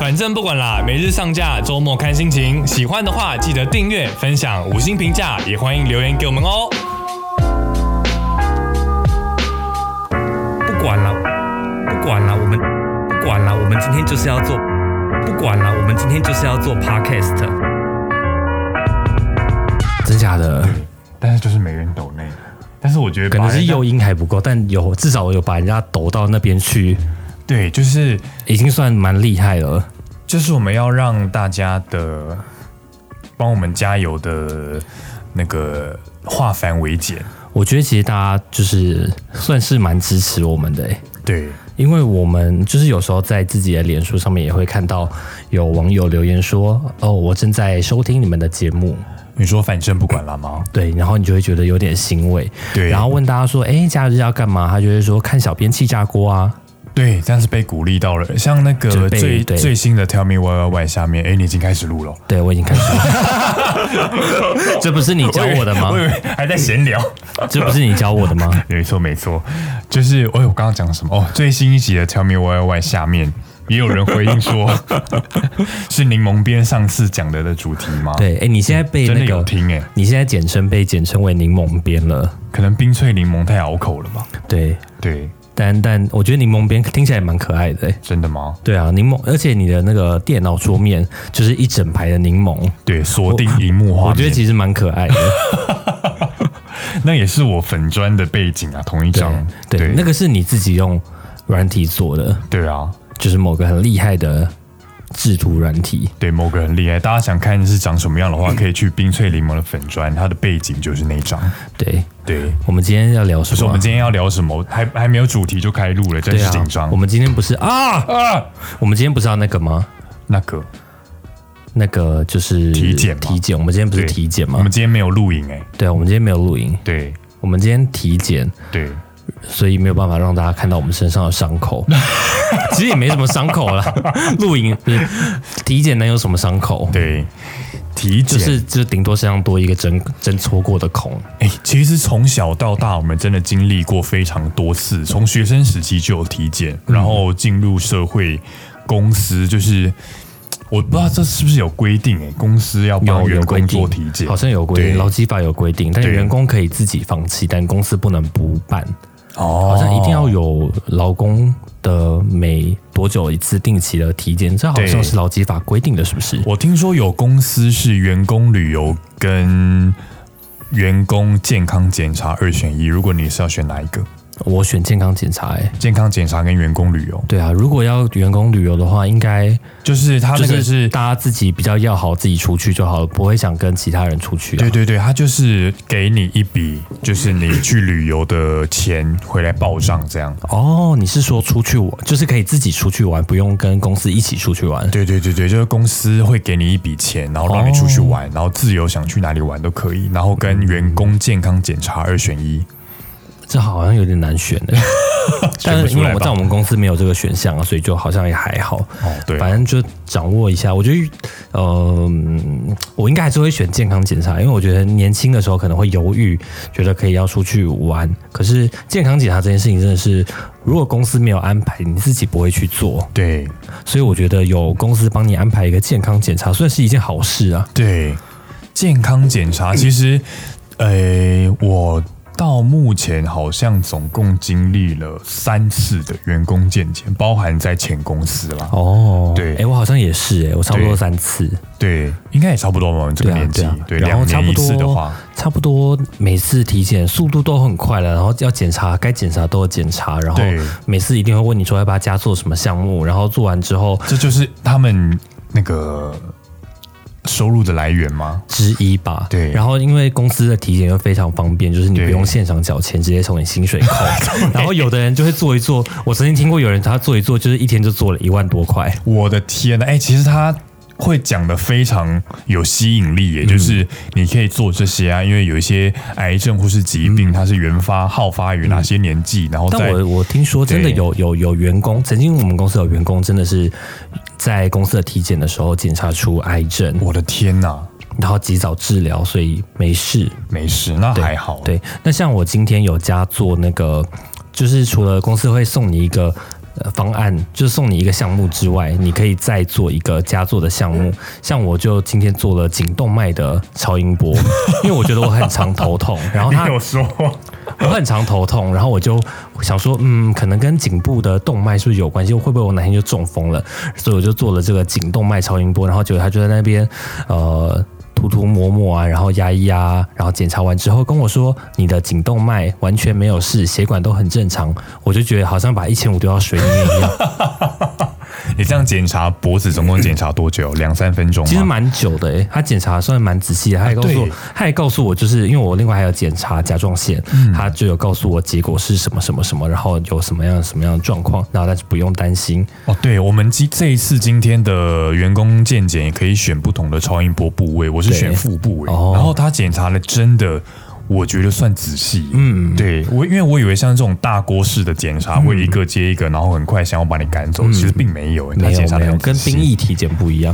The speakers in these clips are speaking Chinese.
反正不管啦，每日上架，周末看心情。喜欢的话记得订阅、分享、5星评价，也欢迎留言给我们哦。 不管了，我们今天就是要做。不管了，我们今天就是要做 podcast。真假的？ 但是就是没人抖内。但是我觉得可能是诱因还不够，但至少有把人家抖到那边去。 对，就是已经算蛮厉害了。 就是我们要让大家的帮我们加油的那个化繁为简。 我觉得其实大家就是算是蛮支持我们的对， 因为我们就是有时候在自己的脸书上面也会看到有网友留言说：“哦，我正在收听你们的节目。” 你说反正不管了吗？ 对，然后你就会觉得有点欣慰。 对， 然后问大家说：“假日要干嘛？”他就会说：“看小编气炸锅啊。” 对，这样是被鼓励到了。像那个最新的 Tell Me Why 下面，你已经开始录了。 对，我已经开始录。这不是你教我的吗？ 我以为还在闲聊。 这不是你教我的吗？ 没错，就是我刚刚讲什么？最新一集的 Tell Me Why 下面也有人回应说，是柠檬边上次讲的主题吗？ 对，你现在被真的有听你现在被简称为柠檬边了， 可能冰脆柠檬太拗口了吧？ 对。但我觉得柠檬边听起来蛮可爱的。 真的吗？ 对啊，柠檬，而且你的那个电脑桌面就是一整排的柠檬， 对，锁定萤幕画面， 我觉得其实蛮可爱的。 那也是我粉专的背景啊，同一张。 对，那个是你自己用软体做的。 对啊， 就是某个很厉害的制图软体。 对，某个很厉害。大家想看是长什么样的话，可以去冰脆柠檬的粉专，它的背景就是那张。对， 我们今天要聊什么？ 不是我们今天要聊什么？还没有主题就开录了，真是紧张。 我们今天不是我们今天不是要那个吗？那个就是体检。 我们今天不是体检吗？ 我们今天没有录影对啊，我们今天没有录影。 对， 我们今天体检。 对。 所以没有办法让大家看到我们身上的伤口，其实也没什么伤口啦。录影体检能有什么伤口？ 对，体检就是顶多身上多一个针戳过的孔。 其实从小到大，我们真的经历过非常多次，从学生时期就有体检，然后进入社会、公司，就是我不知道这是不是有规定公司要帮员工做体检， 好像有规定，劳基法有规定，但员工可以自己放弃，但公司不能不办。好像一定要有劳工的每多久一次定期的体检，这好像是劳基法规定的，是不是？ 我听说有公司是员工旅游跟员工健康检查2选1，如果你是要选哪一个？ 我选健康检查。 健康检查跟员工旅游。 对啊，如果要员工旅游的话，应该就是他那个是大家自己比较要好，自己出去就好了，不会想跟其他人出去。 对，他就是给你一笔，就是你去旅游的钱回来报账这样。 你是说出去玩，就是可以自己出去玩，不用跟公司一起出去玩？ 对，就是公司会给你一笔钱，然后让你出去玩，然后自由想去哪里玩都可以，然后跟员工健康检查2选1。 这好像有点难选但是因为我在我们公司没有这个选项所以就好像也还好。 对， 反正就掌握一下。我觉得我应该还是会选健康检查，因为我觉得年轻的时候可能会犹豫，觉得可以要出去玩。可是健康检查这件事情真的是，如果公司没有安排，你自己不会去做。 对， 所以我觉得有公司帮你安排一个健康检查，算是一件好事啊。 对，健康检查其实，我到目前好像总共经历了3次的员工健检，包含在前公司啦。对， 我好像也是我差不多3次。 对，应该也差不多嘛，我们这个年纪。对， 然后 2年1次的话， 差不多每次体检速度都很快了，然后要检查该检查都有检查，然后每次一定会问你说要不要加做什么项目，然后做完之后， 这就是他们那个收入的来源吗？ 之一吧。 对。 然后因为公司的体检又非常方便，就是你不用现场缴钱，直接从你薪水扣。然后有的人就会做一做，我曾经听过有人他做一做，就是一天就做了1万多块。 我的天哪！其实他会讲的非常有吸引力耶，就是你可以做这些因为有一些癌症或是疾病，它是好发于哪些年纪，然后但我听说真的有员工，曾经我们公司有员工真的是在公司的体检的时候检查出癌症。 我的天哪！ 然后及早治疗，所以没事， 那还好。 对，那像我今天有加做那个，就是除了公司会送你一个方案，就是送你一个项目之外，你可以再做一个佳作的项目。像我就今天做了颈动脉的超音波，因为我觉得我很常头痛，然后你有说我很常头痛，然后我就想说，可能跟颈部的动脉是不是有关系？会不会我哪天就中风了？所以我就做了这个颈动脉超音波，然后结果他就在那边涂抹啊，然后压一压，然后检查完之后跟我说，你的颈动脉完全没有事，血管都很正常。我就觉得好像把1500丢到水里面一样。 你这样检查脖子总共检查多久？2-3分钟吗？ 其实蛮久的诶，他检查算蛮仔细的，他还告诉我，就是因为我另外还有检查甲状腺，他就有告诉我结果是什么什么什么，然后有什么样的状况，然后但是不用担心。 哦，对，我们这一次今天的员工健检也可以选不同的超音波部位，我是选腹部然后他检查的真的。我觉得算仔细，对因为我以为像这种大锅式的检查会一个接一个，然后很快想要把你赶走，其实并没有， 没有，跟兵役体检不一样。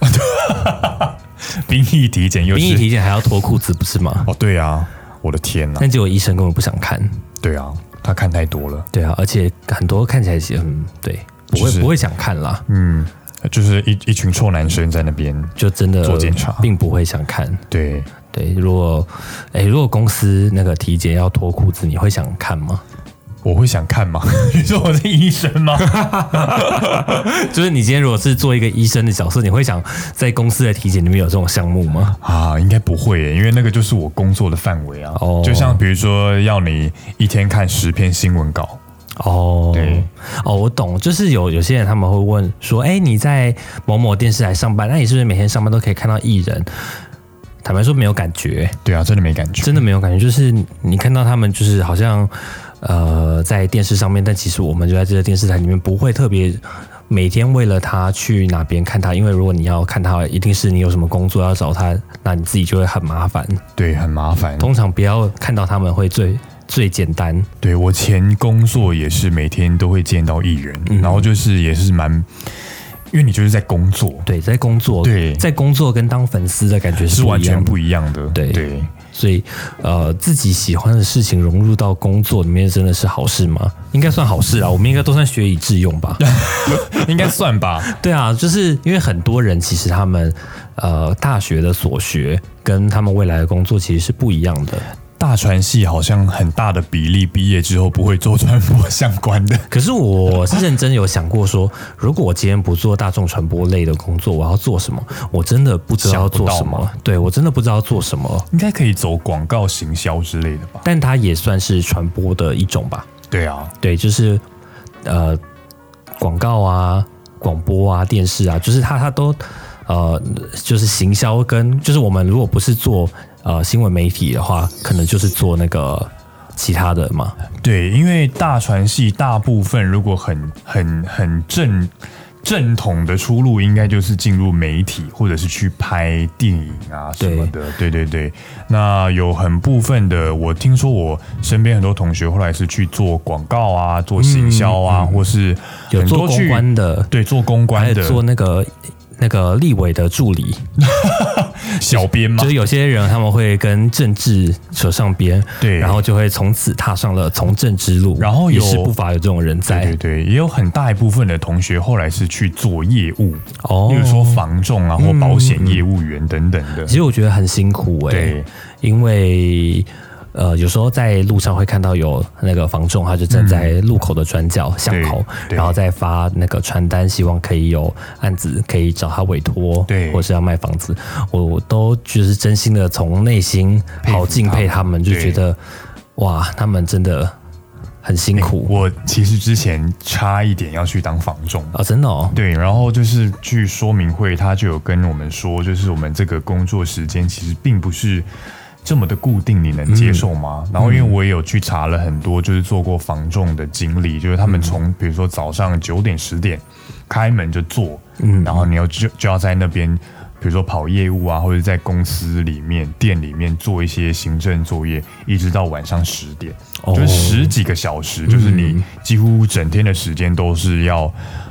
兵役体检又是兵役体检还要脱裤子不是吗？ 哦，对啊，我的天哪！ 但结果医生根本不想看。 对啊，他看太多了。 对啊，而且很多看起来对，不会想看啦。 就是一群臭男生在那边就真的做检查， 并不会想看。 对， 如果公司那个体检要脱裤子，你会想看吗？ 我会想看吗？你说我是医生吗？ 就是你今天如果是做一个医生的角色，你会想在公司的体检里面有这种项目吗？ 应该不会耶，因为那个就是我工作的范围啊。就像比如说要你一天看10篇新闻稿。对， 我懂，就是有些人他们会问说，你在某某电视台上班，那你是不是每天上班都可以看到艺人？坦白说没有感觉。 对啊，真的没感觉， 真的没有感觉，就是你看到他们就是好像在电视上面，但其实我们就在这个电视台里面不会特别每天为了他去哪边看他，因为如果你要看他，一定是你有什么工作要找他，那你自己就会很麻烦。对，很麻烦。通常不要看到他们会最简单。对，我前工作也是每天都会见到艺人，然后就是也是蛮，因为你就是在工作。对，在工作。对，在工作跟当粉丝的感觉是完全不一样的。对，所以自己喜欢的事情融入到工作里面，真的是好事吗？应该算好事啦，我们应该都算学以致用吧。应该算吧。对啊，就是因为很多人其实他们大学的所学跟他们未来的工作其实是不一样的。大传系好像很大的比例毕业之后不会做传播相关的。可是我是认真有想过说，如果我今天不做大众传播类的工作，我要做什么？我真的不知道要做什么。对，我真的不知道做什么。应该可以走广告行销之类的吧？但它也算是传播的一种吧？对啊，对，就是广告啊、广播啊、电视啊，就是它都就是行销跟就是我们如果不是做新闻媒体的话，可能就是做那个其他的嘛。对，因为大传系大部分如果很正统的出路，应该就是进入媒体或者是去拍电影啊什么的。对。那有很部分的，我听说我身边很多同学后来是去做广告啊，做行销啊，或是有做公关的。对，做公关的，还有做那个立委的助理。小编嘛，就是有些人他们会跟政治扯上边，对，然后就会从此踏上了从政之路，然后也是不乏有这种人在，对，也有很大一部分的同学后来是去做业务，例如说房仲啊或保险业务员等等的。其实我觉得很辛苦对，因为有时候在路上会看到有那个房仲，他就站在路口的转角巷口，然后再发那个传单，希望可以有案子可以找他委托，对，或是要卖房子。我都就是真心的从内心好敬佩他们，就觉得哇，他们真的很辛苦。我其实之前差一点要去当房仲啊，真的哦。对，然后就是去说明会，他就有跟我们说，就是我们这个工作时间其实并不是这么的固定，你能接受吗？然后因为我也有去查了很多，就是做过房仲的经历，就是他们从比如说早上9点10点开门就做，然后你就要在那边，比如说跑业务啊，或者在公司里面店里面做一些行政作业，一直到晚上10点，就是10几个小时，就是你几乎整天的时间都是要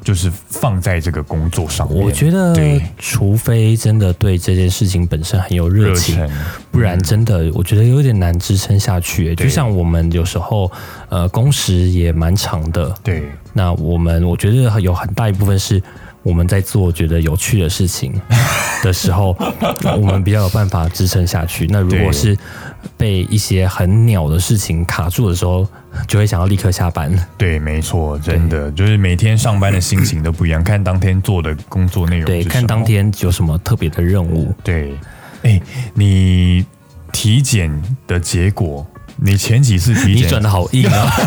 就是放在这个工作上面。 我觉得，除非真的对这件事情本身很有热情，不然真的我觉得有点难支撑下去。就像我们有时候，工时也蛮长的。对，那我觉得有很大一部分是我们在做觉得有趣的事情的时候，我们比较有办法支撑下去。那如果是被一些很鸟的事情卡住的时候，就会想要立刻下班。对，没错，真的就是每天上班的心情都不一样，看当天做的工作内容是什么，对，看当天有什么特别的任务。对，你体检的结果，你前几次体检，你转的好硬啊，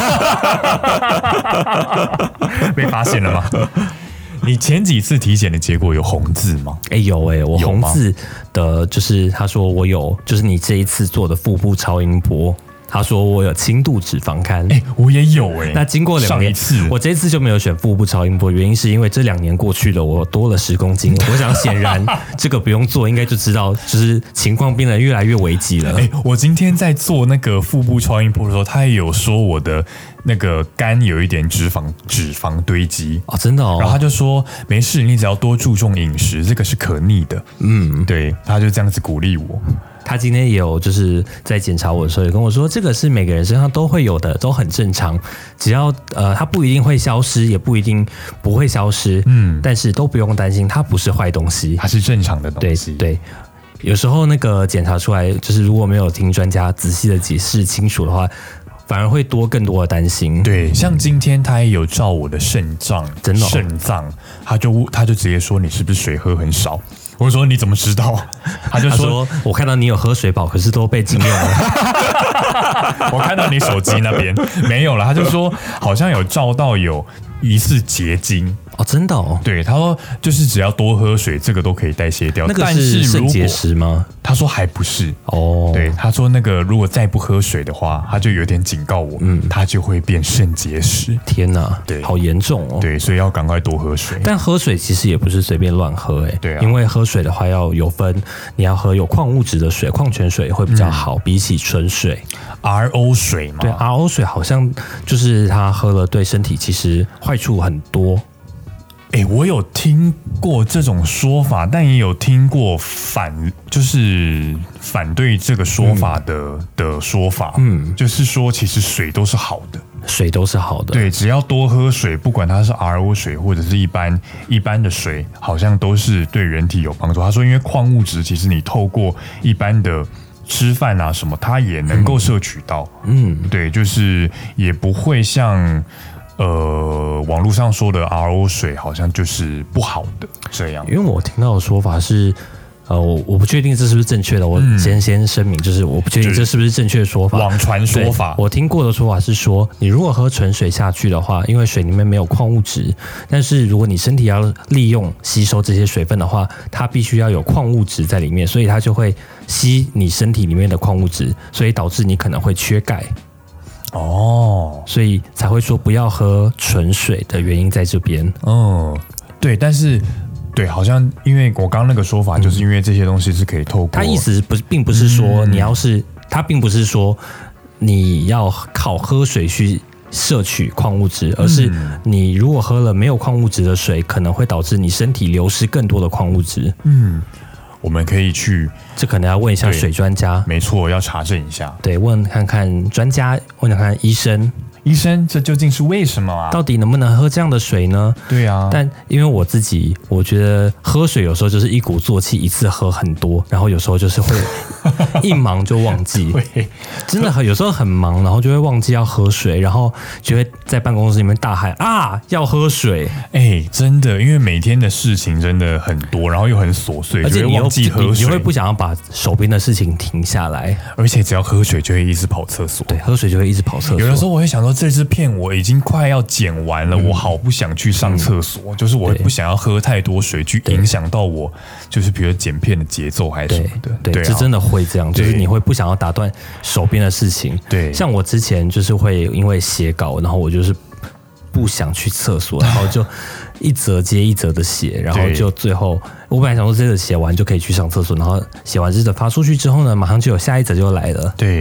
被发现了吗？你前几次体检的结果有红字吗？有我红字的就是他说我有，就是你这一次做的腹部超音波。他说我有轻度脂肪肝，我也有那经过2年，我这次就没有选腹部超音波，原因是因为这2年过去了，我多了10公斤。我想显然这个不用做，应该就知道，就是情况变得越来越危急了。我今天在做那个腹部超音波的时候，他也有说我的那个肝有一点脂肪堆积真的然后他就说没事，你只要多注重饮食，这个是可逆的。对，他就这样子鼓励我。他今天也有就是在检查我的时候也跟我说，这个是每个人身上都会有的，都很正常。只要它不一定会消失，也不一定不会消失。但是都不用担心，它不是坏东西，它是正常的东西。对，有时候那个检查出来，就是如果没有听专家仔细的解释清楚的话，反而会更多的担心。对，像今天他也有照我的肾脏，他就直接说你是不是水喝很少？我说你怎么知道？他就说我看到你有喝水饱，可是都被禁用了。我看到你手机那边没有了，他就说好像有照到有疑似结晶。真的对，他说就是只要多喝水，这个都可以代谢掉。那个是肾结石吗？他说还不是对，他说那个如果再不喝水的话，他就有点警告我，他就会变肾结石。天哪，对，好严重对，所以要赶快多喝水。但喝水其实也不是随便乱喝对因为喝水的话要有分，你要喝有矿物质的水，矿泉水会比较好，比起纯水。RO 水嘛，对 ，RO 水好像就是他喝了对身体其实坏处很多。我有听过这种说法，但也有听过就是反对这个说法的说法。就是说其实水都是好的，水都是好的。对，只要多喝水，不管它是 RO 水或者是一般的水，好像都是对人体有帮助。他说，因为矿物质其实你透过一般的吃饭啊什么，它也能够摄取到。对，就是也不会像。网络上说的 RO 水好像就是不好的这样，因为我听到的说法是，我不确定这是不是正确的，我先声明，就是我不确定这是不是正确的说法。网传说法，我听过的说法是说，你如果喝纯水下去的话，因为水里面没有矿物质，但是如果你身体要利用吸收这些水分的话，它必须要有矿物质在里面，所以它就会吸你身体里面的矿物质，所以导致你可能会缺钙。所以才会说不要喝纯水的原因在这边。对，但是对，好像因为我刚刚那个说法，就是因为这些东西是可以透过。他意思并不是说他并不是说你要靠喝水去摄取矿物质，而是你如果喝了没有矿物质的水，可能会导致你身体流失更多的矿物质。我们可以去，这可能要问一下水专家。没错，要查证一下。对，问看看专家，问看看医生。医生，这究竟是为什么啊？到底能不能喝这样的水呢？对啊，但因为我觉得喝水有时候就是一鼓作气，一次喝很多，然后有时候就是会一忙就忘记。真的有时候很忙，然后就会忘记要喝水，然后就会在办公室里面大喊啊，要喝水！真的，因为每天的事情真的很多，然后又很琐碎，而且你忘记喝水，你会不想要把手边的事情停下来，而且只要喝水就会一直跑厕所。对，喝水就会一直跑厕所。有的时候我会想说，这支片我已经快要剪完了，我好不想去上厕所，就是我不想要喝太多水，去影响到我，就是比如剪片的节奏还是什么的。对，这真的会这样，就是你会不想要打断手边的事情。对，像我之前就是会因为写稿，然后我就是不想去厕所，然后就一则接一则的写，然后就最后我本来想说这个写完就可以去上厕所，然后写完这则发出去之后呢，马上就有下一则就来了。对。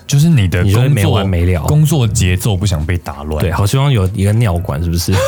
就是你的你就会没工作完没了工作节奏不想被打乱。 对，好希望有一个尿管，是不是？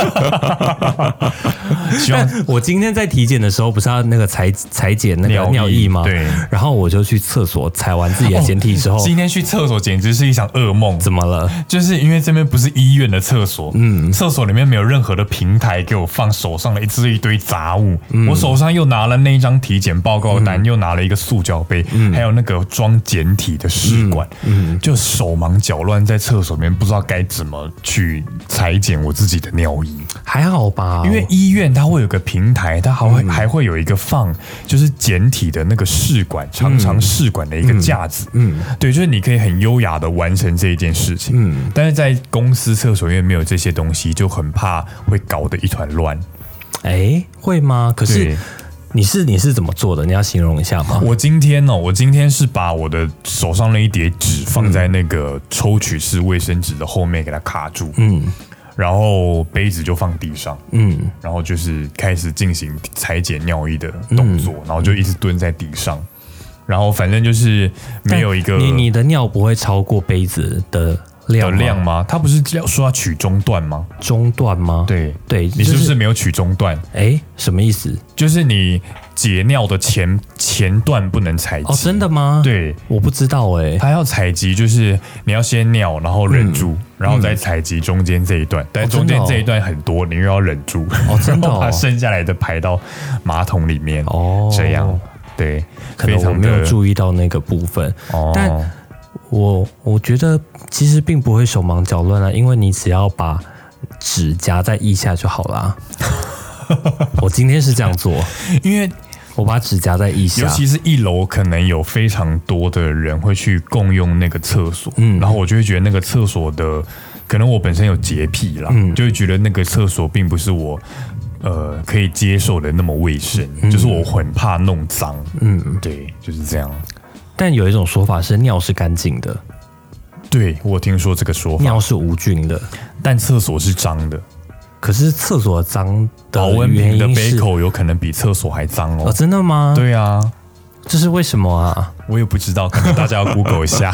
希望但我今天在体检的时候，不是要那个裁剪那个尿液吗？ 对。 然后我就去厕所采完自己的简体之后， 今天去厕所简直是一场噩梦。 怎么了？ 就是因为这边不是医院的厕所，厕所里面没有任何的平台给我放手上的一堆杂物，我手上又拿了那一张体检报告单，又拿了一个塑胶杯，还有那个装简体的试管，就手忙脚乱在厕所里面不知道该怎么去裁剪我自己的尿液。 还好吧， 因为医院它会有个平台，它还会有一个放就是简体的那个试管，长试管的一个架子，对，就是你可以很优雅的完成这一件事情，但是在公司厕所因为没有这些东西，就很怕会搞得一团乱。 会吗？可是你是怎么做的？你要形容一下吗？ 我今天是把我的手上那一叠纸放在那个抽取式卫生纸的后面给它卡住，然后杯子就放地上，然后就是开始进行裁剪尿液的动作，然后就一直蹲在地上，然后反正就是没有一个你的尿不会超过杯子的量吗？他不是说要取中段吗？ 中段吗？ 对， 就是你是不是没有取中段？ 什么意思？ 就是你解尿的前段不能采集。 哦，真的吗？ 对， 我不知道他要采集，就是你要先尿，然后忍住，然后再采集中间这一段。但中间这一段很多，你又要忍住， 真的然后把剩下来的排到马桶里面。这样对， 可能我没有注意到那个部分。但我觉得其实并不会手忙脚乱啊，因为你只要把纸夹在腋下就好啦。我今天是这样做， 因为我把纸夹在腋下， 尤其是1楼可能有非常多的人会去共用那个厕所，然后我就会觉得那个厕所的，可能我本身有洁癖啦，就会觉得那个厕所并不是我可以接受的那么卫生，就是我很怕弄脏，对，就是这样。 但有一种说法是尿是干净的， 对，我听说这个说法， 尿是无菌的， 但厕所是脏的。 可是厕所脏的保温原因瓶的杯口有可能比厕所还脏哦。 真的吗？ 对啊， 这是为什么啊？ 我也不知道，可能大家要 Google 一下。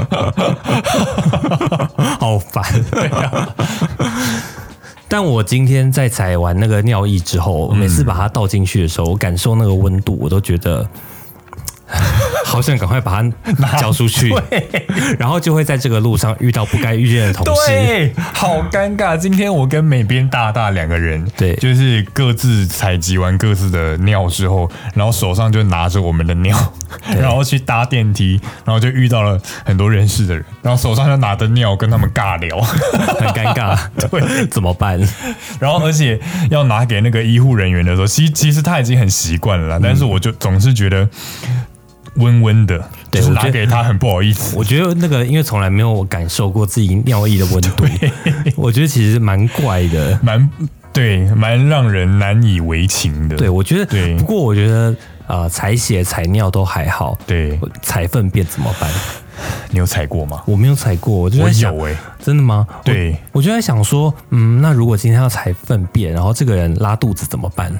好烦。对啊。但我今天在采完那个尿液之后，每次把它倒进去的时候，我感受那个温度，我都觉得好想赶快把它交出去，然后就会在这个路上遇到不该遇见的同事， 对，好尴尬。今天我跟美编大2个人， 对， 就是各自采集完各自的尿之后，然后手上就拿着我们的尿，然后去搭电梯，然后就遇到了很多认识的人，然后手上就拿着尿跟他们尬聊， 很尴尬，对，怎么办？ 然后而且要拿给那个医护人员的时候，其实他已经很习惯了啦，但是我就总是觉得温温的，就是拿给他很不好意思。 我觉得那个因为从来没有感受过自己尿液的温度，我觉得其实蛮怪的， 蛮让人难以为情的。 对，我觉得对。 不过我觉得采血采尿都还好， 对， 采粪便怎么办？ 你有采过吗？ 我没有采过，我就在想，真的吗？ 对， 我就在想说，那如果今天要采粪便，然后这个人拉肚子怎么办？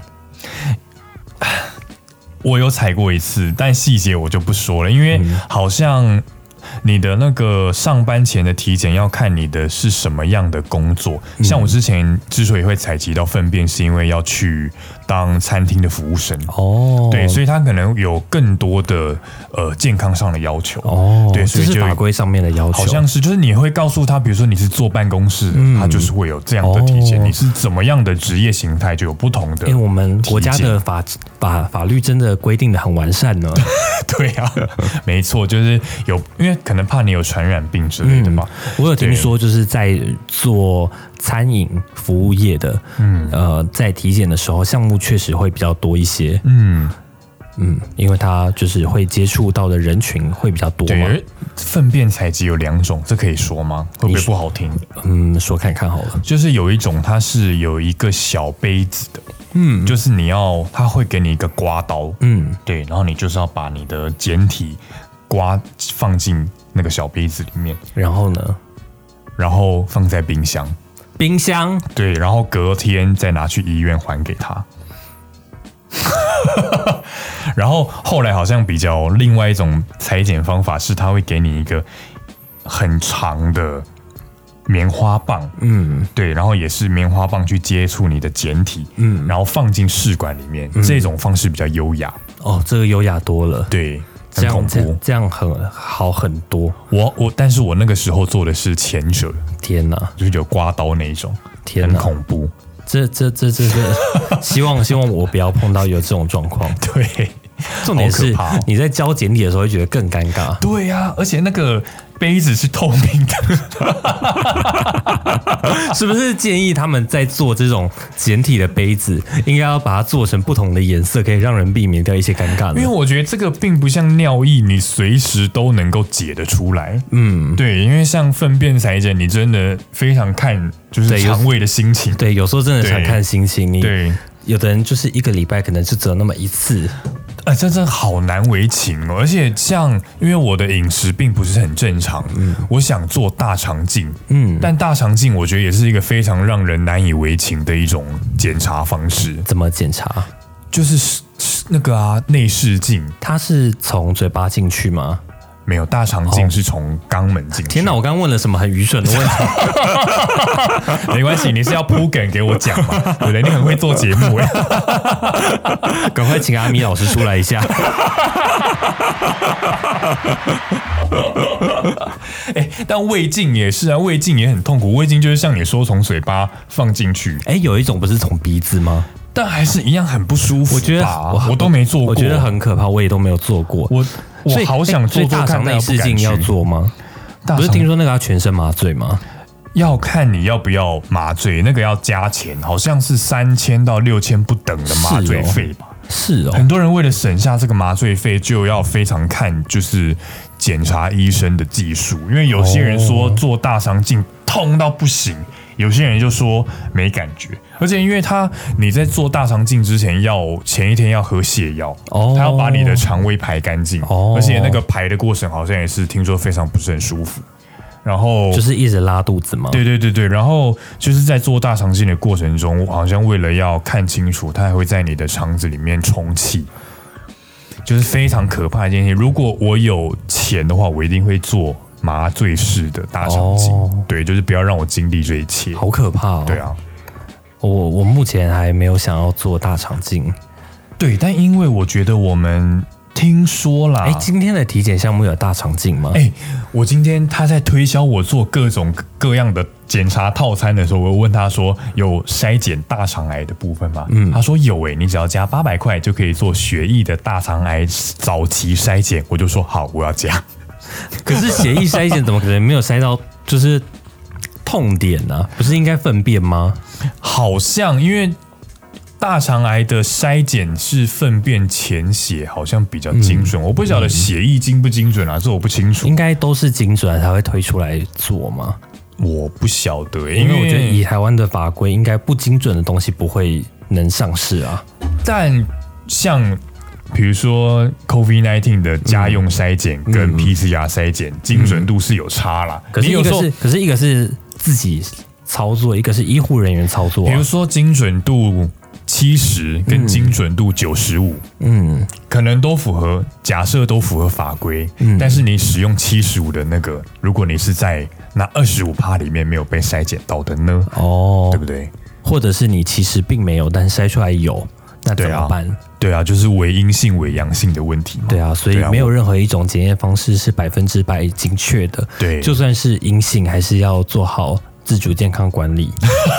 我有采过一次，但细节我就不说了，因为好像你的那个上班前的体检要看你的是什么样的工作。像我之前之所以会采集到粪便，是因为要去当餐厅的服务生哦，对，所以他可能有更多的健康上的要求哦，对，所以这是法规上面的要求， 好像是就是你会告诉他，比如说你是坐办公室的，他就是会有这样的体检，你是怎么样的职业形态就有不同的。 因为我们国家的法律真的规定的很完善呢。 对啊，没错，就是因为可能怕你有传染病之类的嘛。 我有听说，就是在做餐饮服务业的，在体检的时候，项目确实会比较多一些。因为他就是会接触到的人群会比较多嘛。 对，粪便采集有2种，这可以说吗？会不会不好听？ 说看看好了。 就是有一种它是有一个小杯子的，就是他会给你一个刮刀，对，然后你就是要把你的简体放进那个小杯子里面， 然后呢？ 然后放在冰箱，对，然后隔天再拿去医院还给他。然后后来好像比较另外一种采检方法是，他会给你一个很长的棉花棒，对，然后也是棉花棒去接触你的简体，然后放进试管里面，这种方式比较优雅。 哦，这个优雅多了， 对，很恐怖， 这样很好很多。 但是我那个时候做的是前者， 天哪， 就是有刮刀那一种， 天哪， 很恐怖。 这，希望我不要碰到有这种状况。 对。 重点是你在交简体的时候会觉得更尴尬。 对呀、而且那个杯子是透明的， 是不是建议他们在做这种简体的杯子，应该要把它做成不同的颜色，可以让人避免掉一些尴尬呢？ 因为我觉得这个并不像尿液，你随时都能够解得出来。对，因为像粪便裁剪，你真的非常看就是肠胃的心情。 对，有时候真的想看心情。 对， 有的人就是一个礼拜可能就只有那么一次。 这真的好难为情哦！而且像因为我的饮食并不是很正常，我想做大肠镜，但大肠镜我觉得也是一个非常让人难以为情的一种检查方式。 怎么检查？ 就是那个内视镜， 它是从嘴巴进去吗？ 没有，大肠镜是从肛门进去。 天哪，我刚刚问了什么很愚蠢的问题？ 没关系，你是要铺梗给我讲嘛？对不对？你很会做节目哎， 赶快请阿咪老师出来一下。 但胃镜也是啊，胃镜也很痛苦。胃镜就是像你说从嘴巴放进去， 有一种不是从鼻子吗？ 但还是一样很不舒服。 我觉得我都没做过， 我觉得很可怕，我也都没有做过。 我好想做做看， 大肠内视镜要做吗？不是听说那个要全身麻醉吗？ 要看你要不要麻醉，那个要加钱，好像是3000到6000不等的麻醉费吧。 是哦， 很多人为了省下这个麻醉费，就要非常看就是检查医生的技术，因为有些人说做大肠镜痛到不行。有些人就说没感觉，而且因为你在做大肠镜之前前一天要喝泻药，他要把你的肠胃排干净，而且那个排的过程好像也是听说非常不是很舒服，然后就是一直拉肚子吗？ 对，然后就是在做大肠镜的过程中，好像为了要看清楚，他还会在你的肠子里面充气，就是非常可怕的一件事。如果我有钱的话，我一定会做麻醉式的大肠镜，对，就是不要让我经历这一切， 好可怕哦。 对啊， 我目前还没有想要做大肠镜， 对，但因为我觉得我们听说啦， 今天的体检项目有大肠镜吗？ 我今天他在推销我做各种各样的检查套餐的时候，我问他说有筛检大肠癌的部分吗？他说有你只要加800块就可以做血液的大肠癌早期筛检，我就说好，我要加。 可是血液筛检怎么可能没有筛到就是痛点呢？不是应该粪便吗？ 好像因为大肠癌的筛检是粪便潜血，好像比较精准。我不晓得血液精不精准啊，这我不清楚。 应该都是精准才会推出来做吗？ 我不晓得， 因为我觉得以台湾的法规，应该不精准的东西不会能上市啊。 但像比如说 COVID-19 的家用筛检跟 PCR 筛检精准度是有差啦。 可是一个是自己操作，一个是医护人员操作。 比如说精准度70跟精准度95，可能都符合，假设都符合法规，但是你使用75的那个，如果你是在那25%里面没有被筛检到的呢？对不对？ 或者是你其实并没有，但筛出来有。那怎么办？ 对啊，就是伪阴性、伪阳性的问题嘛。 对啊，所以没有任何一种检验方式是100%精确的。 对， 就算是阴性，还是要做好自主健康管理。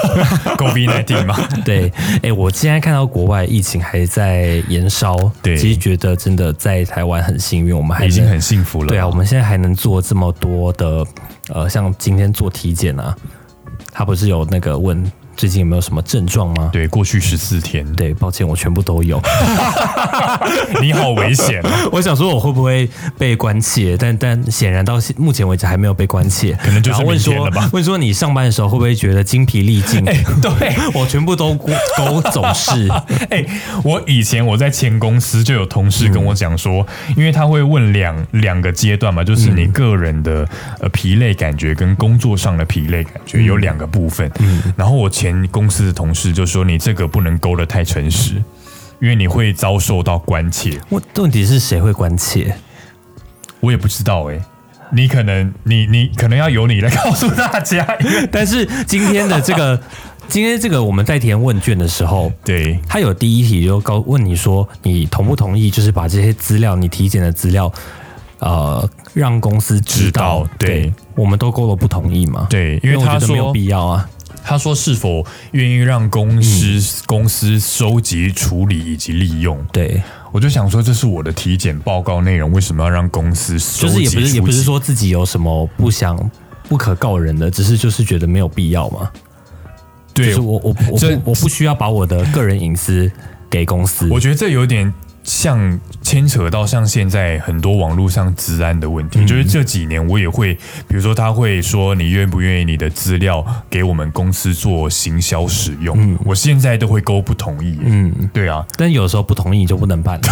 COVID-19 嘛。 对，我现在看到国外疫情还在延烧， 对， 其实觉得真的在台湾很幸运，我们还已经很幸福了。 对啊，我们现在还能做这么多的，像今天做体检啊，他不是有那个问最近有没有什么症状吗？ 对，过去14天。 对，抱歉，我全部都有。 你好危险哦！ 我想说我会不会被关切，但显然到目前为止还没有被关切， 可能就是明天了吧。 问说你上班的时候会不会觉得精疲力尽？ 对， 我全部都总是。 我以前我在前公司就有同事跟我讲说，因为他会问两个阶段嘛，就是你个人的疲累感觉跟工作上的疲累感觉有2个部分。然后我前公司的同事就说，你这个不能勾得太诚实，因为你会遭受到关切。 问题是谁会关切？ 我也不知道你可能要由你来告诉大家， 但是今天这个我们在填问卷的时候， 对， 他有第一题就问你说，你同不同意，就是把这些资料，你体检的资料，让公司知道。对，我们都勾了不同意嘛。 对，因为他说没有必要啊。 他说是否愿意让公司收集、处理以及利用？ 对， 我就想说，这是我的体检报告内容，为什么要让公司收集？ 就是也不是说自己有什么不可告人的，只是就是觉得没有必要嘛。对，就是我不需要把我的个人隐私给公司。 我觉得这有点像牵扯到像现在很多网络上资安的问题，就是这几年我也会，比如说他会说你愿不愿意你的资料给我们公司做行销使用，我现在都会勾不同意。对啊， 但有时候不同意你就不能办。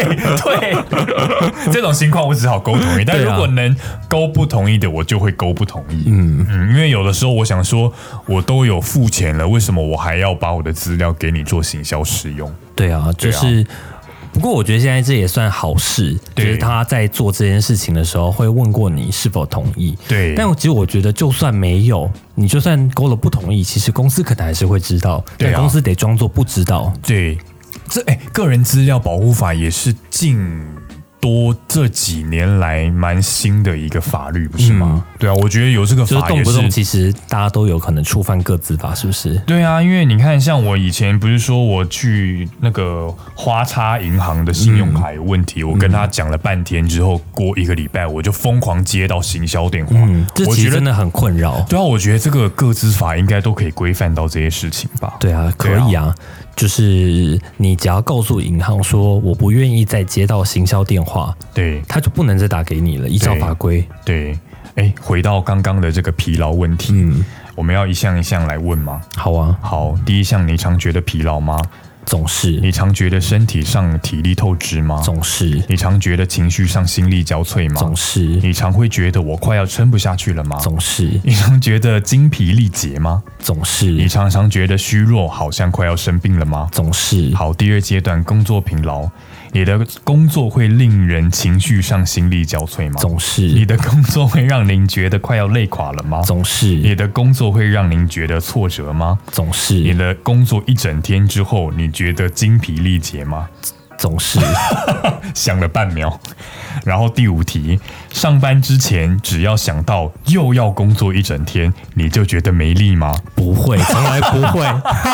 对，这种情况我只好勾同意，但如果能勾不同意的，我就会勾不同意。因为有的时候我想说，我都有付钱了，为什么我还要把我的资料给你做行销使用？ 对啊，就是。不过我觉得现在这也算好事，就是他在做这件事情的时候会问过你是否同意。 对， 但其实我觉得就算没有，你就算勾了不同意，其实公司可能还是会知道，但公司得装作不知道。 对，个人资料保护法也是这几年来蛮新的一个法律，不是吗？对啊，我觉得有这个法也是动不动其实大家都有可能触犯个资法，是不是？ 对啊，因为你看，像我以前不是说我去那个花叉银行的信用卡有问题，我跟他讲了半天之后，过1个礼拜我就疯狂接到行销电话， 这其实真的很困扰。 对啊，我觉得这个个资法应该都可以规范到这些事情吧？ 对啊，可以啊。就是你只要告诉银行说我不愿意再接到行销电话， 对， 他就不能再打给你了，依照法规。 对，回到刚刚的这个疲劳问题，我们要一项一项来问吗？ 好啊， 好，第一项，你常觉得疲劳吗？ 总是。 你常觉得身体上体力透支吗？ 总是。 你常觉得情绪上心力交瘁吗？ 总是。 你常会觉得我快要撑不下去了吗？ 总是。 你常觉得精疲力竭吗？ 总是。 你常常觉得虚弱，好像快要生病了吗？ 总是。 好，第二阶段，工作疲劳。你的工作会令人情绪上心力交瘁吗？ 总是。 你的工作会让您觉得快要累垮了吗？ 总是。 你的工作会让您觉得挫折吗？ 总是。 你的工作一整天之后，你觉得精疲力竭吗？ 总是。 想了半秒。然后第5题，上班之前只要想到又要工作一整天，你就觉得没力吗？ 不会，从来不会。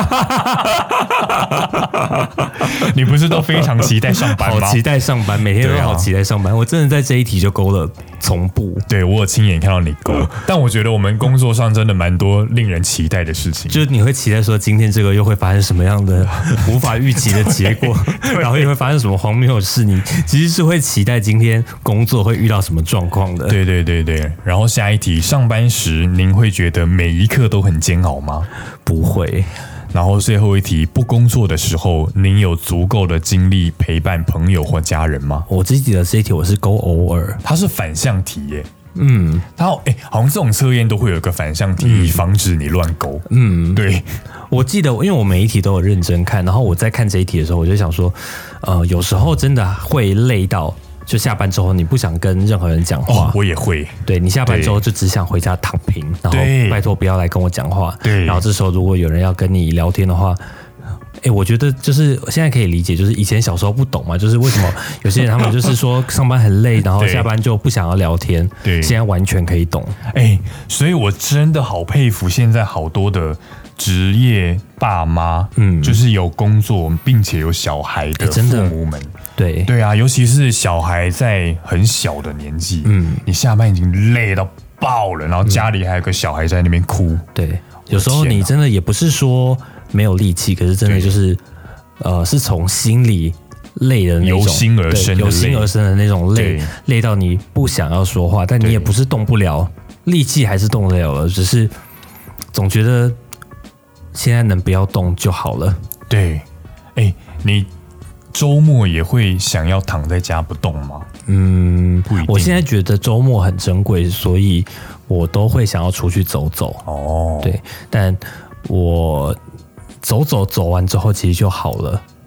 你不是都非常期待上班吗？ 好期待上班，每天都好期待上班。我真的在这一题就勾了从不。 对，我有亲眼看到你勾。但我觉得我们工作上真的蛮多令人期待的事情， 就是你会期待说今天这个又会发生什么样的无法预期的结果，然后又会发生什么荒谬的事，你其实是会期待今天工作会遇到什么状况的。 对对对对。然后下一题，上班时您会觉得每一刻都很煎熬吗？ 不会。 然后最后一题，不工作的时候，您有足够的精力陪伴朋友或家人吗？ 我自己的这一题我是勾偶尔， 它是反向题耶。它好像这种测验都会有一个反向题，以防止你乱勾。对。 我记得，因为我每一题都有认真看，然后我在看这一题的时候，我就想说，有时候真的会累到。就下班之后，你不想跟任何人讲话， 我也会。 对，你下班之后就只想回家躺平，然后拜托不要来跟我讲话。 对， 然后这时候如果有人要跟你聊天的话，我觉得就是现在可以理解，就是以前小时候不懂嘛，就是为什么有些人他们就是说上班很累，然后下班就不想要聊天。对，现在完全可以懂。 所以我真的好佩服现在好多的职业爸妈，就是有工作并且有小孩的父母们。 对对啊，尤其是小孩在很小的年纪，你下班已经累到爆了，然后家里还有个小孩在那边哭。 对，有时候你真的也不是说没有力气，可是真的就是是从心里累的那种， 由心而生的那种累，累到你不想要说话，但你也不是动不了，力气还是动得了了，只是总觉得现在能不要动就好了。 对，你周末也会想要躺在家不动吗？不一定。 我现在觉得周末很珍贵，所以我都会想要出去走走。对，但我走完之后其实就好了。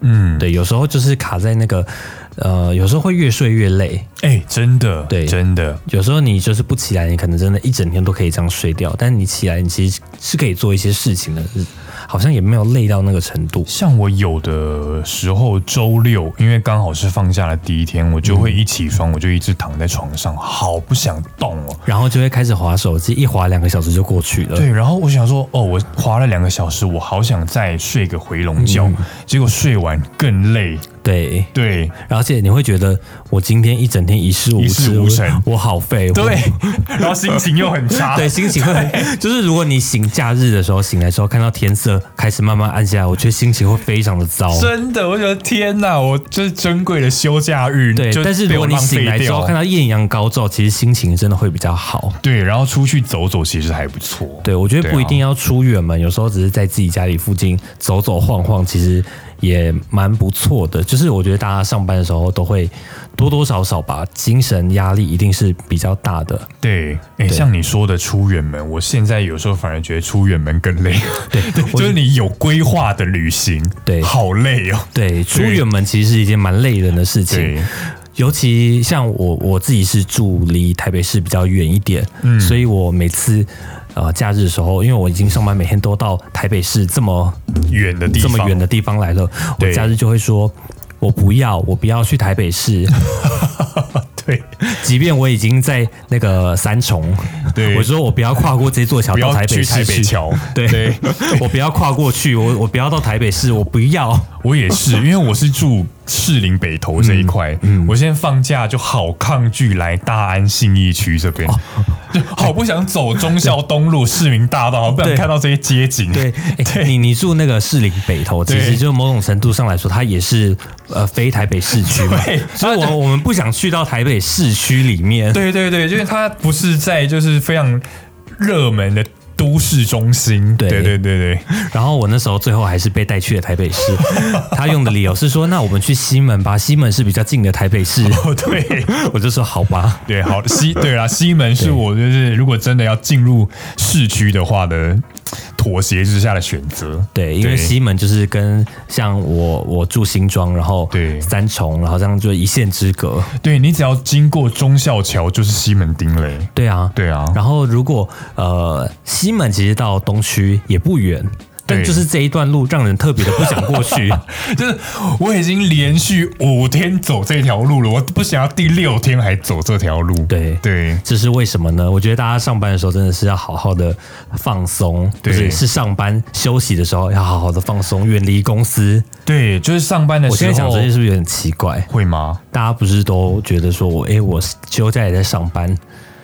对，有时候就是卡在那个有时候会越睡越累。 真的， 对， 真的， 有时候你就是不起来，你可能真的一整天都可以这样睡掉，但你起来，你其实是可以做一些事情的，好像也没有累到那个程度。 像我有的时候周六，因为刚好是放假的第一天，我就会一起床，我就一直躺在床上，好不想动哦， 然后就会开始滑手机，一滑2个小时就过去了。 对，然后我想说，我滑了2个小时，我好想再睡个回笼觉，结果睡完更累。 对，而且你会觉得我今天一整天一事无成，我好废。 对，然后心情又很差。 对，心情会就是如果你假日的时候醒来之后看到天色开始慢慢暗下来，我觉得心情会非常的糟。 真的，我觉得天哪，我这是珍贵的休假日。 对，但是如果你醒来之后看到艳阳高照，其实心情真的会比较好。 对，然后出去走走其实还不错。 对，我觉得不一定要出远门，有时候只是在自己家里附近走走晃晃，其实也蛮不错的。就是我觉得大家上班的时候都会多多少少吧，精神压力一定是比较大的。 对，像你说的出远门，我现在有时候反而觉得出远门更累。对，就是你有规划的旅行，对，好累哦。 对，出远门其实是一件蛮累人的事情。尤其像我自己是住离台北市比较远一点，所以我每次假日的时候，因为我已经上班每天都到台北市这么远的地方来了，我假日就会说我不要去台北市。对，即便我已经在那个三重，对，我说我不要跨过这座桥到台北市去。对，我不要跨过去，我不要到台北市，我不要。 我也是，因为我是住士林北投这一块，我现在放假就好抗拒来大安信义区这边，就好不想走忠孝东路、市民大道，好不想看到这些街景。对， 你住那个士林北投，其实就某种程度上来说，它也是非台北市区嘛，所以我们不想去到台北市区里面。 对，就是它不是在就是非常热门的都市中心。对。 然后我那时候最后还是被带去了台北市，他用的理由是说，那我们去西门吧，西门是比较近的台北市。 对， 我就说好吧。 对，好西门是我就是如果真的要进入市区的话的妥协之下的选择。 对，因为西门就是跟像我住新庄，然后三重，然后这样就一线之隔。 对，你只要经过忠孝桥就是西门町嘞。 对啊。然后如果西门其实到东区也不远，但就是这一段路让人特别的不想过去。 就是我已经连续5天走这条路了，我不想要第6天还走这条路。对， 这是为什么呢？我觉得大家上班的时候真的是要好好的放松，是上班休息的时候要好好的放松，远离公司。对， 就是上班的时候。 我现在讲这些是不是有点奇怪？ 会吗？ 大家不是都觉得说我休假也在上班？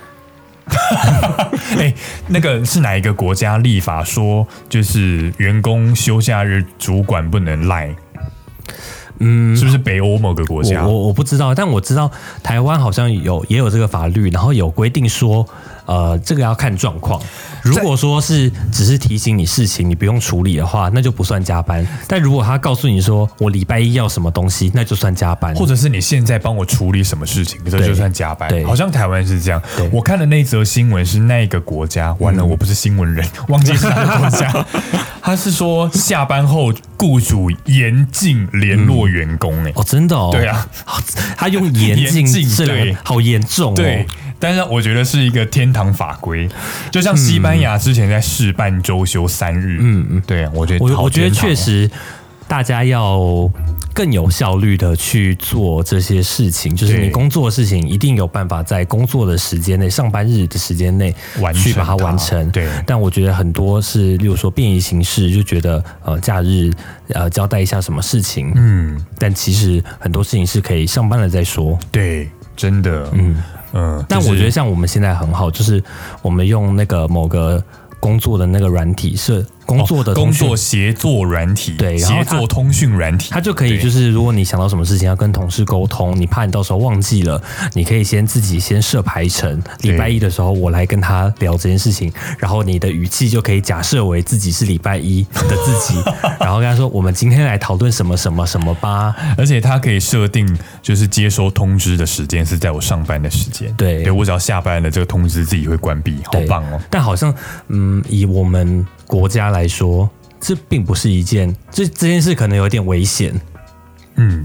那个是哪一个国家立法说，就是员工休假日主管不能赖？是不是北欧某个国家？ 我不知道，但我知道台湾好像也有这个法律，然后有规定说，这个要看状况。如果说是只是提醒你事情，你不用处理的话，那就不算加班。但如果他告诉你说我礼拜一要什么东西，那就算加班。 或者是你现在帮我处理什么事情，这就算加班。好像台湾是这样。我看的那则新闻是那个国家，完了，我不是新闻人，忘记是哪个国家。他是说下班后雇主严禁联络员工。 真的哦。 对啊， 他用严禁这两个好严重哦。 对。但是我觉得是一个天堂法规，就像西班牙之前在试办周休3日。对，我觉得确实大家要更有效率的去做这些事情，就是你工作的事情一定有办法在工作的时间内、上班日的时间内去把它完成。对，但我觉得很多是，例如说便宜行事，就觉得假日交代一下什么事情，但其实很多事情是可以上班了再说。 对，真的， 但我觉得像我们现在很好，就是我们用那个某个工作的那个软体是工作协作软体， 对， 协作通讯软体， 它就可以就是如果你想到什么事情要跟同事沟通，你怕你到时候忘记了，你可以自己先设排程，礼拜一的时候我来跟他聊这件事情，然后你的语气就可以假设为自己是礼拜一的自己，然后跟他说我们今天来讨论什么什么什么吧。 而且它可以设定就是接收通知的时间是在我上班的时间，对，我只要下班了，这个通知自己会关闭，好棒哦。 但好像以我们国家来说，这并不是一件，这件事可能有点危险。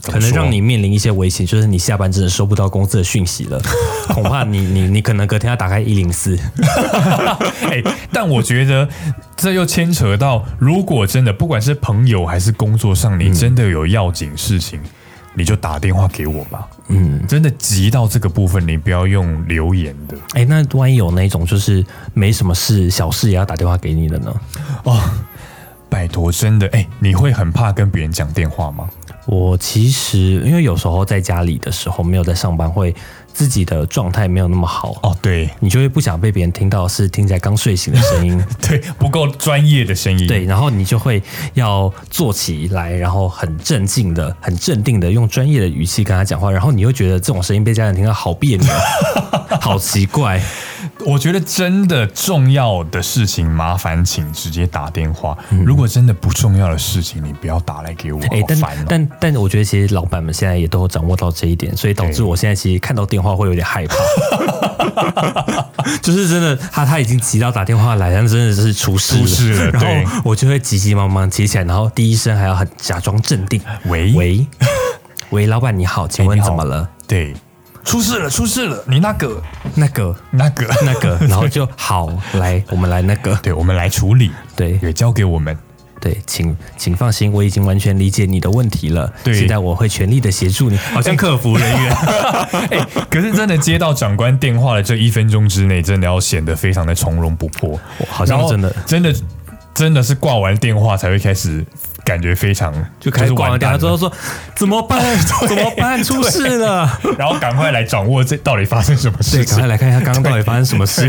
可能让你面临一些危险，就是你下班真的收不到公司的讯息了，恐怕你可能隔天要打开104。 但我觉得这又牵扯到，如果真的不管是朋友还是工作上，你真的有要紧事情，你就打电话给我吧。真的急到这个部分，你不要用留言的。 那万一有那种就是没什么事，小事也要打电话给你的呢？ 拜托，真的，你会很怕跟别人讲电话吗？ 我其实因为有时候在家里的时候没有在上班，会自己的状态没有那么好对， 你就会不想被别人听到是听起来刚睡醒的声音， 对，不够专业的声音， 对，然后你就会要坐起来，然后很镇静的、很镇定的用专业的语气跟他讲话，然后你会觉得这种声音被家人听到好别扭，好奇怪。 我觉得真的重要的事情，麻烦请直接打电话。如果真的不重要的事情，你不要打来给我，好烦哦。 但我觉得其实老板们现在也都有掌握到这一点，所以导致我现在其实看到电话会有点害怕。就是真的，他已经急到打电话来，但真的是出事了，然后我就会急急忙忙接起来，然后第一声还要很假装镇定，喂，老板你好，请问怎么了？ 对。出事了！你那个， 然后就好，来，我们来那个， 对，我们来处理， 对， 也交给我们， 对，请放心，我已经完全理解你的问题了，对，现在我会全力的协助你，好像客服人员。 可是真的接到长官电话的这1分钟之内，真的要显得非常的从容不迫， 好像真的是挂完电话才会开始。感觉非常就开始挂完电话之后说怎么办出事了， 然后赶快来掌握这到底发生什么事情， 对，赶快来看一下刚刚到底发生什么事。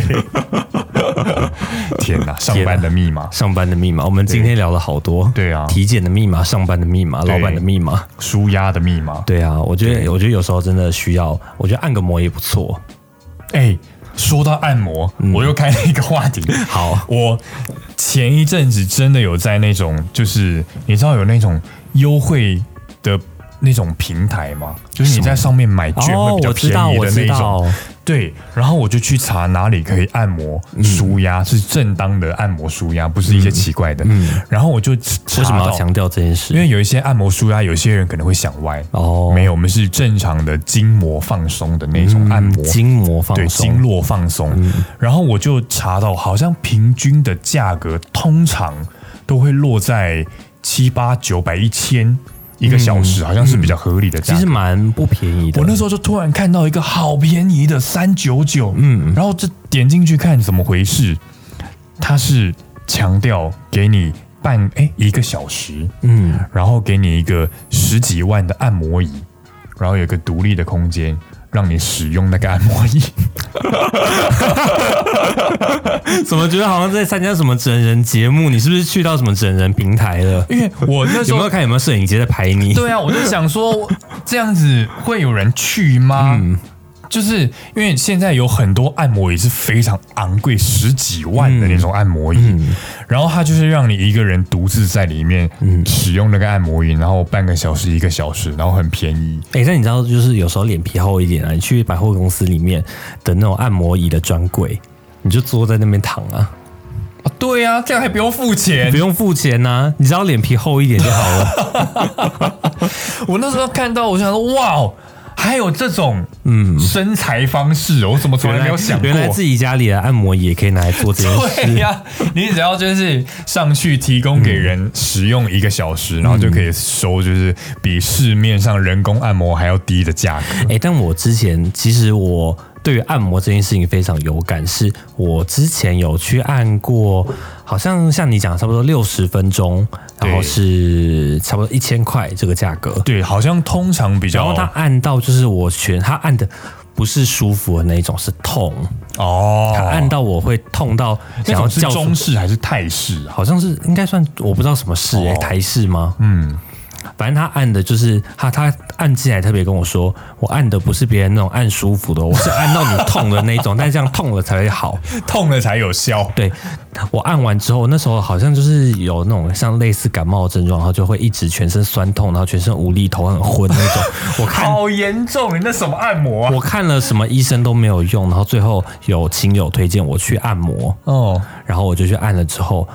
天哪，上班的密码， 我们今天聊了好多， 对啊， 体检的密码、上班的密码、老板的密码、 舒压的密码， 对啊，我觉得有时候真的需要，我觉得按个摩也不错。 说到按摩，我又开了一个话题。 好， 我前一阵子真的有在那种，就是你知道有那种优惠的那种平台吗？就是你在上面买券会比较便宜的那种。对，然后我就去查哪里可以按摩舒压，是正当的按摩舒压，不是一些奇怪的。然后我就查到为什么要强调这件事？ 因为有一些按摩舒压，有些人可能会想歪。没有，我们是正常的筋膜放松的那种按摩， 筋膜放松， 对，经络放松。然后我就查到，好像平均的价格通常都会落在700、800、1000。1个小时好像是比较合理的价格， 其实蛮不便宜的。 我那时候就突然看到一个好便宜的399，然后就点进去看怎么回事。它是强调给你1个小时，然后给你一个10几万的按摩椅，然后有一个独立的空间。让你使用那个按摩椅， 怎么觉得好像在参加什么整人节目？你是不是去到什么整人平台了？ 因为我那时候有没有看有没有摄影机在拍你？ 对啊，我就想说这样子会有人去吗？就是因为现在有很多按摩椅是非常昂贵，10几万的那种按摩椅，然后它就是让你一个人独自在里面使用那个按摩椅，然后半个小时、1个小时，然后很便宜。 但你知道，就是有时候脸皮厚一点啊，你去百货公司里面的那种按摩椅的专柜，你就坐在那边躺啊。 对啊，这样还不用付钱， 不用付钱啊，你只要脸皮厚一点就好了。 我那时候看到，我想说，哇！还有这种身材方式，我怎么从来没有想过？ 原来自己家里的按摩椅也可以拿来做这件事。 对呀，你只要就是上去提供给人使用1个小时，然后就可以收，就是比市面上人工按摩还要低的价格。 但我之前其实我对于按摩这件事情非常有感，是我之前有去按过，好像像你讲差不多60分钟，然后是差不多1000块这个价格。 对，好像通常比较。 然后他按到就是他按的不是舒服的那一种，是痛他按到我会痛到想要叫。 是中式还是泰式？ 好像是应该算，我不知道什么式台式吗？反正他按的就是他按进来特别跟我说，我按的不是别人那种按舒服的，我是按到你痛的那种，但是这样痛了才会好， 痛了才有效。 对，我按完之后，那时候好像就是有那种像类似感冒的症状，然后就会一直全身酸痛，然后全身无力，头很昏那种。我看好严重，你那什么按摩啊？ 我看了什么医生都没有用，然后最后有亲友推荐我去按摩然后我就去按了之后。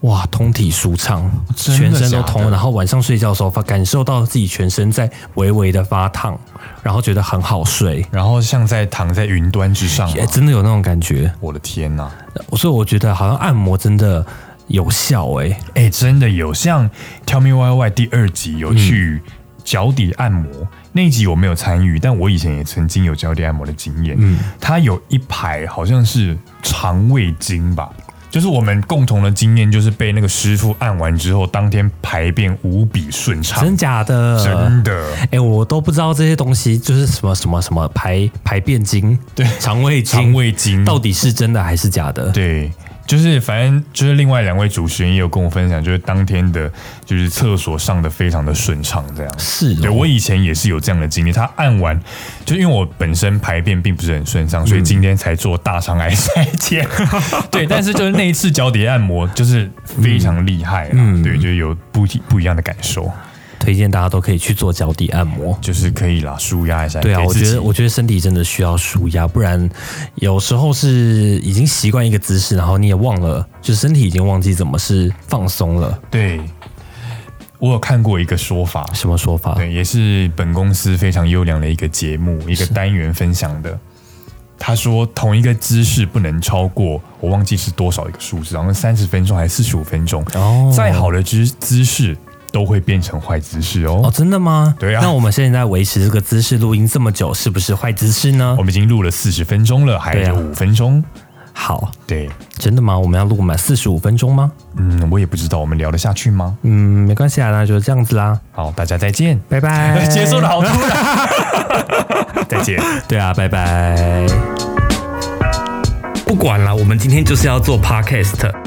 哇，通体舒畅，全身都通，然后晚上睡觉的时候感受到自己全身在微微的发烫，然后觉得很好睡， 然后像在躺在云端之上， 真的有那种感觉。 我的天哪！ 所以我觉得好像按摩真的有效真的有。像 Tell Me Why Why 第2集有去脚底按摩，那一集我没有参与，但我以前也曾经有脚底按摩的经验。它有一排好像是肠胃经吧，就是我们共同的经验，就是被那个师傅按完之后，当天排便无比顺畅。 真假的？ 真的。 我都不知道这些东西，就是什么排便经， 对， 肠胃经到底是真的还是假的？ 对。就是反正就是另外2位主持人也有跟我分享，就是当天的就是厕所上的非常的顺畅，这样是。 对，我以前也是有这样的经历，他按完就因为我本身排便并不是很顺畅，所以今天才做大肠癌筛检。对，但是就是那一次脚底按摩就是非常厉害啦，对，就有不一样的感受。 推荐大家都可以去做脚底按摩， 就是可以啦，舒压一下。 对啊，我觉得身体真的需要舒压，不然有时候是已经习惯一个姿势，然后你也忘了，就是身体已经忘记怎么是放松了。 对，我有看过一个说法， 什么说法？ 对，也是本公司非常优良的一个节目，一个单元分享的。他说同一个姿势不能超过，我忘记是多少一个数字，好像30分钟还是45分钟。再好的姿势都会变成坏姿势哦。 真的吗？ 对啊。 那我们现在维持这个姿势录音这么久，是不是坏姿势呢？ 我们已经录了40分钟了，还有5分钟。 好， 对， 真的吗？我们要录满45分钟吗？ 我也不知道，我们聊得下去吗？ 没关系啊，那就这样子啦。 好，大家再见， 拜拜。 结束的好突然。再见。 对啊，拜拜。不管了，我们今天就是要做 podcast。